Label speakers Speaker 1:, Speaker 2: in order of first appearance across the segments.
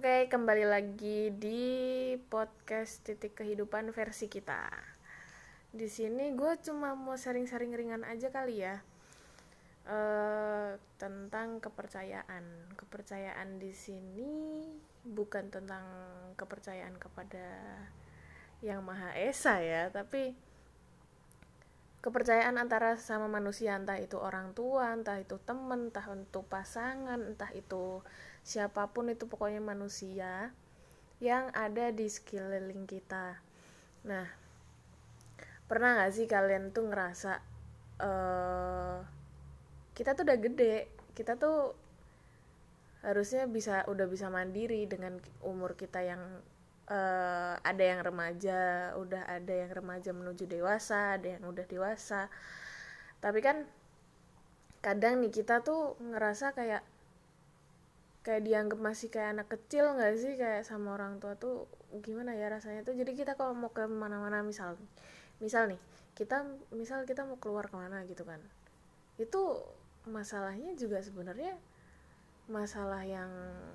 Speaker 1: Oke, kembali lagi di podcast Titik Kehidupan versi kita. Di sini gue cuma mau sharing-sharing ringan aja kali ya, tentang kepercayaan. Kepercayaan di sini bukan tentang kepercayaan kepada Yang Maha Esa ya, tapi kepercayaan antara sama manusia, entah itu orang tua, entah itu temen, entah itu pasangan, entah itu siapapun, itu pokoknya manusia yang ada di sekeliling kita. Nah, pernah gak sih kalian tuh ngerasa kita tuh udah gede, kita tuh harusnya udah bisa mandiri dengan umur kita yang ada yang remaja, udah ada yang remaja menuju dewasa, ada yang udah dewasa. Tapi kan kadang nih kita tuh ngerasa kayak dianggap masih kayak anak kecil nggak sih, kayak sama orang tua tuh gimana ya rasanya tuh. Jadi kita kalau mau ke mana-mana, misal nih kita mau keluar kemana gitu kan, itu masalahnya juga sebenarnya masalah yang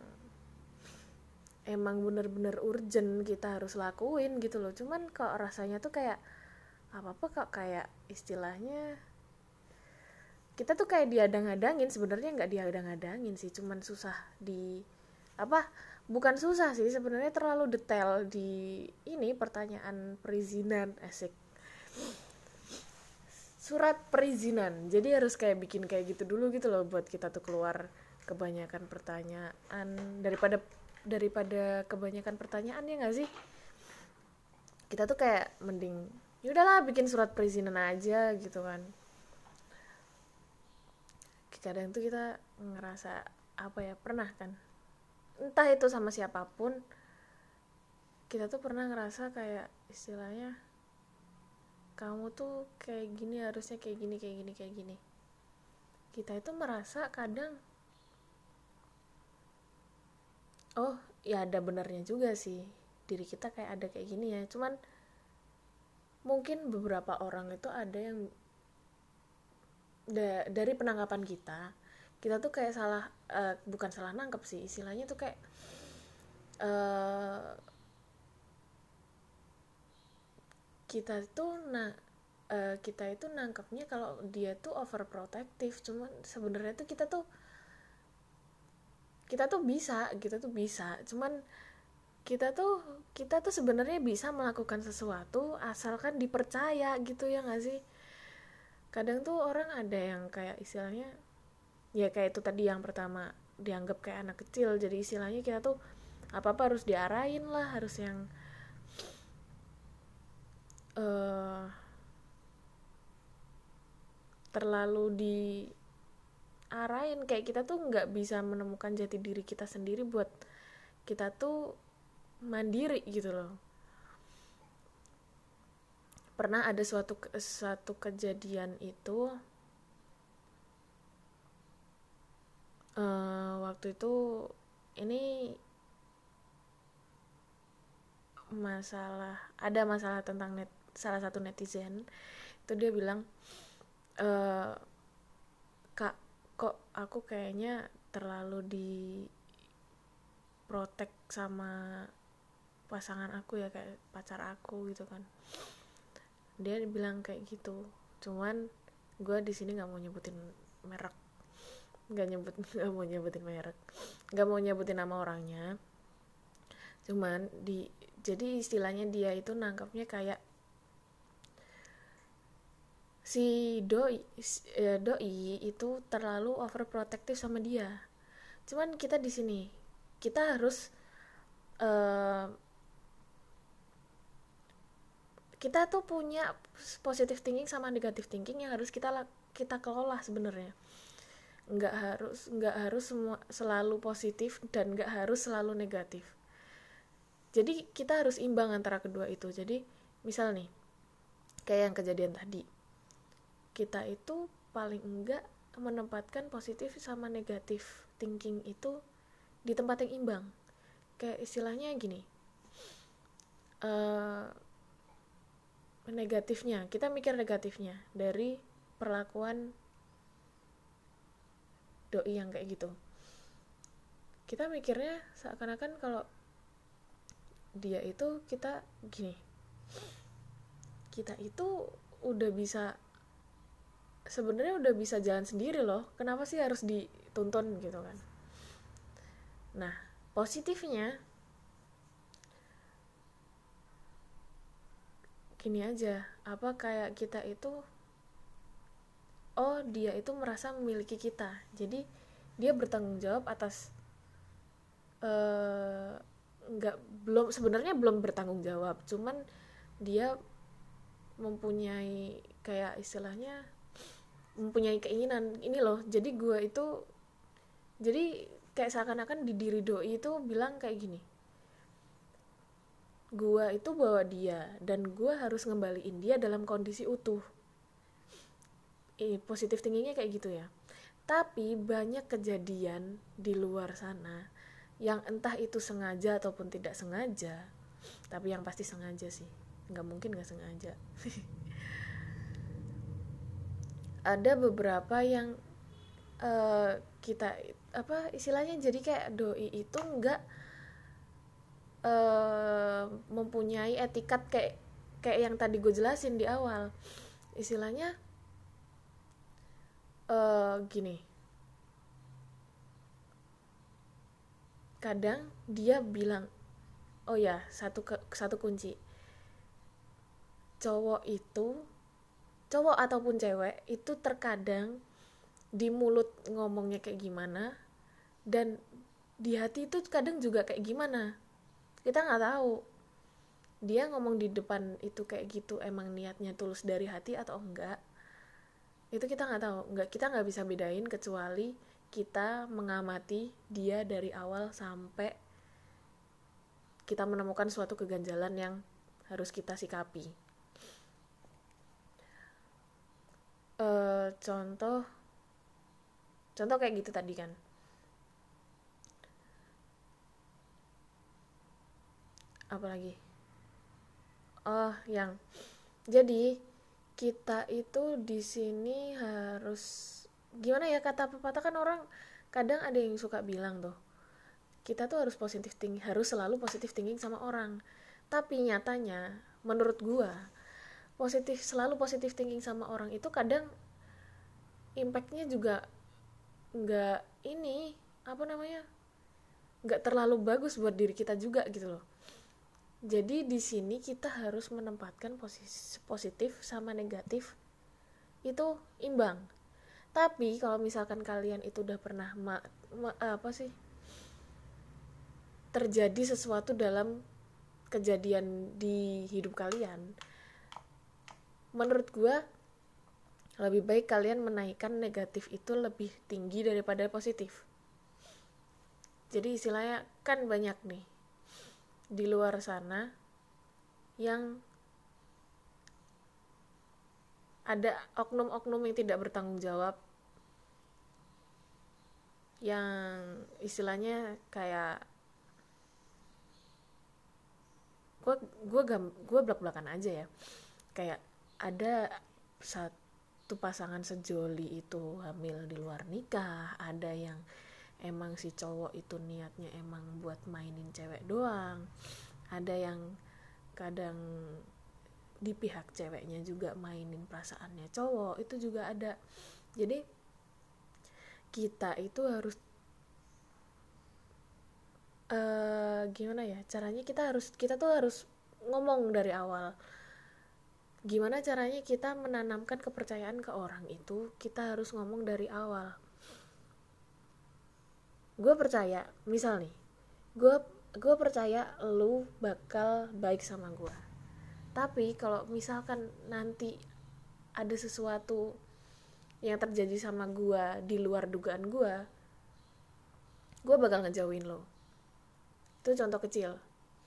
Speaker 1: emang bener-bener urgent kita harus lakuin gitu loh. Cuman kok rasanya tuh kayak apa-apa kok kayak istilahnya kita tuh kayak diadang-adangin. Sebenarnya nggak diadang-adangin sih, cuman susah di bukan susah sih sebenarnya, terlalu detail di ini pertanyaan perizinan, asik, surat perizinan. Jadi harus kayak bikin kayak gitu dulu gitu loh buat kita tuh keluar kebanyakan pertanyaan daripada kebanyakan pertanyaan, ya nggak sih? Kita tuh kayak mending yaudahlah bikin surat perizinan aja gitu kan. Kadang tuh kita ngerasa pernah kan, entah itu sama siapapun, kita tuh pernah ngerasa kayak istilahnya kamu tuh kayak gini, harusnya kayak gini, kayak gini, kayak gini. Kita itu merasa kadang oh ya ada benernya juga sih, diri kita kayak ada kayak gini ya. Cuman mungkin beberapa orang itu ada yang dari penangkapan kita tuh kayak salah, bukan salah nangkep sih istilahnya tuh, kayak kita itu nangkepnya kalau dia tuh overprotective. Cuman sebenarnya tuh kita tuh bisa, cuman kita tuh sebenarnya bisa melakukan sesuatu asalkan dipercaya gitu, ya nggak sih? Kadang tuh orang ada yang kayak istilahnya ya kayak itu tadi yang pertama, dianggap kayak anak kecil. Jadi istilahnya kita tuh apa harus diarahin lah, harus yang terlalu diarahin, kayak kita tuh nggak bisa menemukan jati diri kita sendiri buat kita tuh mandiri gitu loh. Pernah ada suatu kejadian itu, waktu itu ini ada masalah tentang salah satu netizen itu. Dia bilang, kak, kok aku kayaknya terlalu diprotek sama pasangan aku ya, kayak pacar aku gitu kan. Dia bilang kayak gitu. Cuman gue di sini nggak mau nyebutin merek, nggak mau nyebutin merek, nggak mau nyebutin nama orangnya. Cuman jadi istilahnya dia itu nangkapnya kayak si doi itu terlalu overprotective sama dia. Cuman kita di sini kita harus kita tuh punya positive thinking sama negative thinking yang harus kita kelola sebenarnya. Nggak harus semua selalu positif dan nggak harus selalu negatif. Jadi kita harus imbang antara kedua itu. Jadi misal nih kayak yang kejadian tadi, kita itu paling enggak menempatkan positif sama negatif thinking itu di tempat yang imbang. Kayak istilahnya gini, negatifnya, kita mikir negatifnya dari perlakuan doi yang kayak gitu. kita mikirnya seakan-akan kalau dia itu kita itu udah bisa, sebenarnya udah bisa jalan sendiri loh, kenapa sih harus dituntun gitu kan. Nah, positifnya gini aja, kayak kita itu, oh dia itu merasa memiliki kita, jadi dia bertanggung jawab atas nggak belum sebenarnya belum bertanggung jawab, cuman dia mempunyai kayak istilahnya mempunyai keinginan ini loh. Jadi gue itu, jadi kayak seakan-akan di diri doi itu bilang kayak gini, gue itu bawa dia dan gue harus ngembaliin dia dalam kondisi utuh. Positif tingginya kayak gitu ya. Tapi banyak kejadian di luar sana yang entah itu sengaja ataupun tidak sengaja, tapi yang pasti sengaja sih, nggak mungkin nggak sengaja. Ada beberapa yang kita istilahnya jadi kayak doi itu nggak mempunyai etikat kayak yang tadi gue jelasin di awal. Istilahnya gini, kadang dia bilang, oh ya, satu kunci, cowok ataupun cewek itu terkadang di mulut ngomongnya kayak gimana dan di hati itu kadang juga kayak gimana, kita nggak tahu. Dia ngomong di depan itu kayak gitu emang niatnya tulus dari hati atau enggak, itu kita nggak tahu. Kita nggak bisa bedain kecuali kita mengamati dia dari awal sampai kita menemukan suatu keganjalan yang harus kita sikapi. Contoh kayak gitu tadi kan. Apalagi? Jadi kita itu di sini harus gimana ya, kata pepatah kan, orang kadang ada yang suka bilang tuh, kita tuh harus selalu positif thinking sama orang. Tapi nyatanya menurut gua, selalu positif thinking sama orang itu kadang impactnya juga nggak nggak terlalu bagus buat diri kita juga gitu loh. Jadi di sini kita harus menempatkan posisi positif sama negatif itu imbang. Tapi kalau misalkan kalian itu udah pernah terjadi sesuatu dalam kejadian di hidup kalian, menurut gue lebih baik kalian menaikkan negatif itu lebih tinggi daripada positif. Jadi istilahnya kan banyak nih di luar sana yang ada oknum-oknum yang tidak bertanggung jawab, yang istilahnya kayak gue belak-belakan aja ya, kayak ada satu pasangan sejoli itu hamil di luar nikah, ada yang emang si cowok itu niatnya emang buat mainin cewek doang, ada yang kadang di pihak ceweknya juga mainin perasaannya cowok, itu juga ada. Jadi kita itu harus gimana ya caranya, kita tuh harus ngomong dari awal gimana caranya kita menanamkan kepercayaan ke orang itu. Kita harus ngomong dari awal, gue percaya, misal nih, gue percaya lu bakal baik sama gue. Tapi kalau misalkan nanti ada sesuatu yang terjadi sama gue di luar dugaan gue bakal ngejauhin lo. Itu contoh kecil.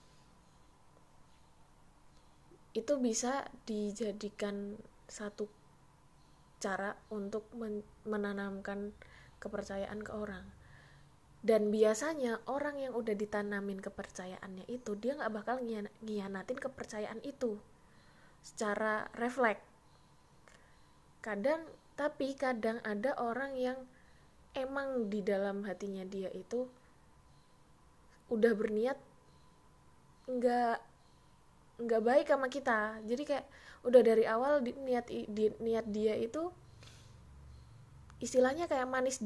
Speaker 1: Itu bisa dijadikan satu cara untuk menanamkan kepercayaan ke orang. Dan biasanya orang yang udah ditanamin kepercayaannya itu, dia gak bakal ngianatin kepercayaan itu secara refleks. Tapi kadang ada orang yang emang di dalam hatinya dia itu udah berniat nggak nggak baik sama kita. Jadi kayak udah dari awal niat dia itu istilahnya kayak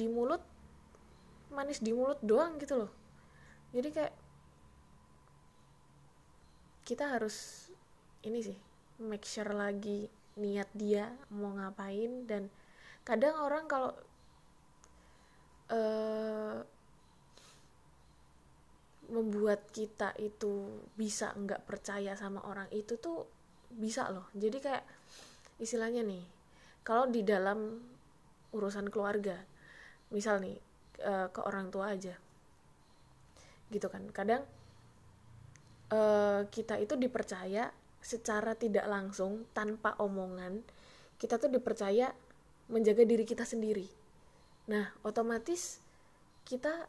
Speaker 1: manis di mulut doang gitu loh. Jadi kayak kita harus ini sih, make sure lagi niat dia mau ngapain. Dan kadang orang kalau membuat kita itu bisa nggak percaya sama orang itu tuh bisa loh. Jadi kayak istilahnya nih, kalau di dalam urusan keluarga, misal nih ke orang tua aja gitu kan, kadang kita itu dipercaya secara tidak langsung tanpa omongan, kita tuh dipercaya menjaga diri kita sendiri. Nah otomatis kita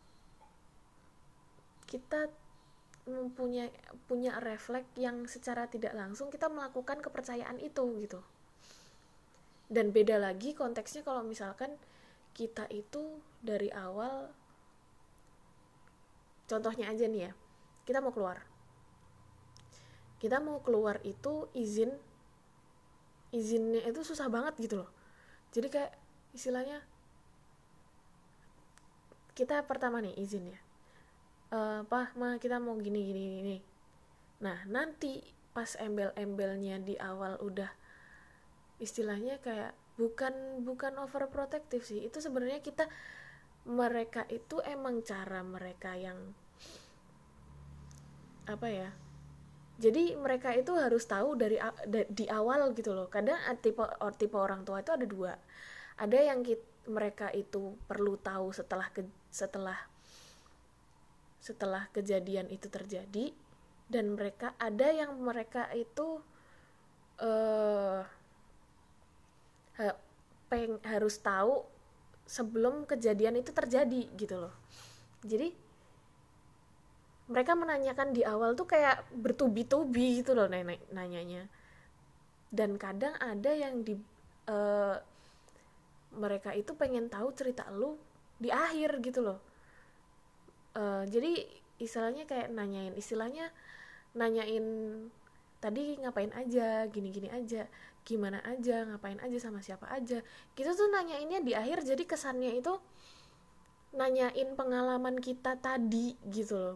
Speaker 1: kita punya refleks yang secara tidak langsung kita melakukan kepercayaan itu gitu. Dan beda lagi konteksnya kalau misalkan kita itu dari awal, contohnya aja nih ya, kita mau keluar itu izinnya itu susah banget gitu loh. Jadi kayak istilahnya kita pertama nih izinnya, Pak, Ma, kita mau gini. Nah, nanti pas embel-embelnya di awal udah istilahnya kayak bukan overprotective sih. Itu sebenarnya mereka itu emang cara mereka yang apa ya? Jadi mereka itu harus tahu di awal gitu loh. Kadang tipe orang tua itu ada dua. Ada yang mereka itu perlu tahu setelah kejadian itu terjadi, dan ada yang mereka itu harus tahu sebelum kejadian itu terjadi gitu loh. Jadi mereka menanyakan di awal tuh kayak bertubi-tubi gitu loh nanyanya. Dan kadang ada yang mereka itu pengen tahu cerita lu di akhir gitu loh. Jadi istilahnya kayak nanyain tadi ngapain aja, gini-gini aja, gimana aja, ngapain aja, sama siapa aja. Kita tuh nanyainnya di akhir, jadi kesannya itu nanyain pengalaman kita tadi gitu loh.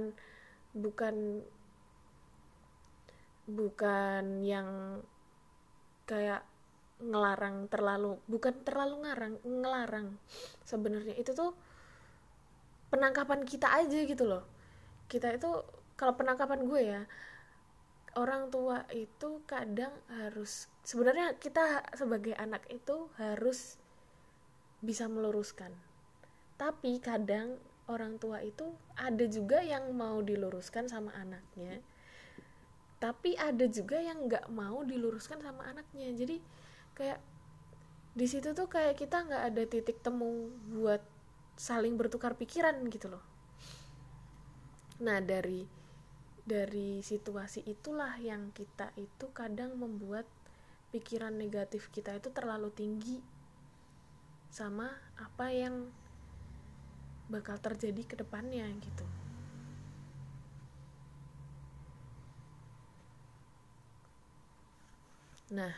Speaker 1: Bukan yang kayak bukan terlalu ngelarang. Sebenarnya itu tuh penangkapan kita aja gitu loh. Kita itu, kalau penangkapan gue ya, orang tua itu kadang sebenarnya kita sebagai anak itu harus bisa meluruskan. Tapi kadang orang tua itu ada juga yang mau diluruskan sama anaknya, tapi ada juga yang nggak mau diluruskan sama anaknya. Jadi kayak di situ tuh kayak kita nggak ada titik temu buat saling bertukar pikiran gitu loh. Nah dari situasi itulah yang kita itu kadang membuat pikiran negatif kita itu terlalu tinggi sama apa yang bakal terjadi ke depannya gitu. Nah,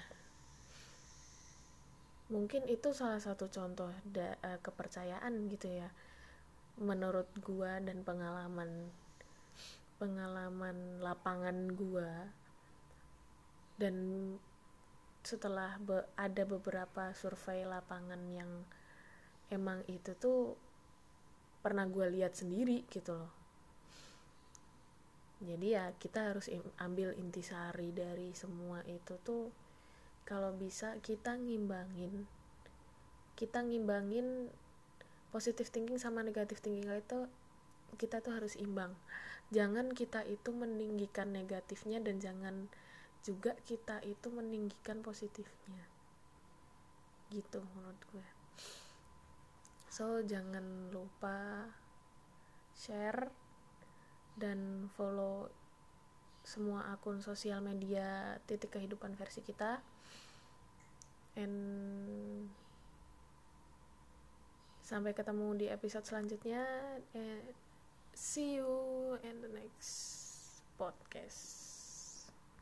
Speaker 1: mungkin itu salah satu contoh kepercayaan gitu ya, menurut gua, dan pengalaman lapangan gua. Dan setelah ada beberapa survei lapangan yang emang itu tuh pernah gua lihat sendiri gitu loh. Jadi ya kita harus ambil intisari dari semua itu tuh, kalau bisa kita ngimbangin positive thinking sama negative thinking itu, kita tuh harus imbang. Jangan kita itu meninggikan negatifnya, dan jangan juga kita itu meninggikan positifnya gitu menurut gue. So jangan lupa share dan follow semua akun sosial media Titik Kehidupan versi kita. And sampai ketemu di episode selanjutnya. See you in the next podcast.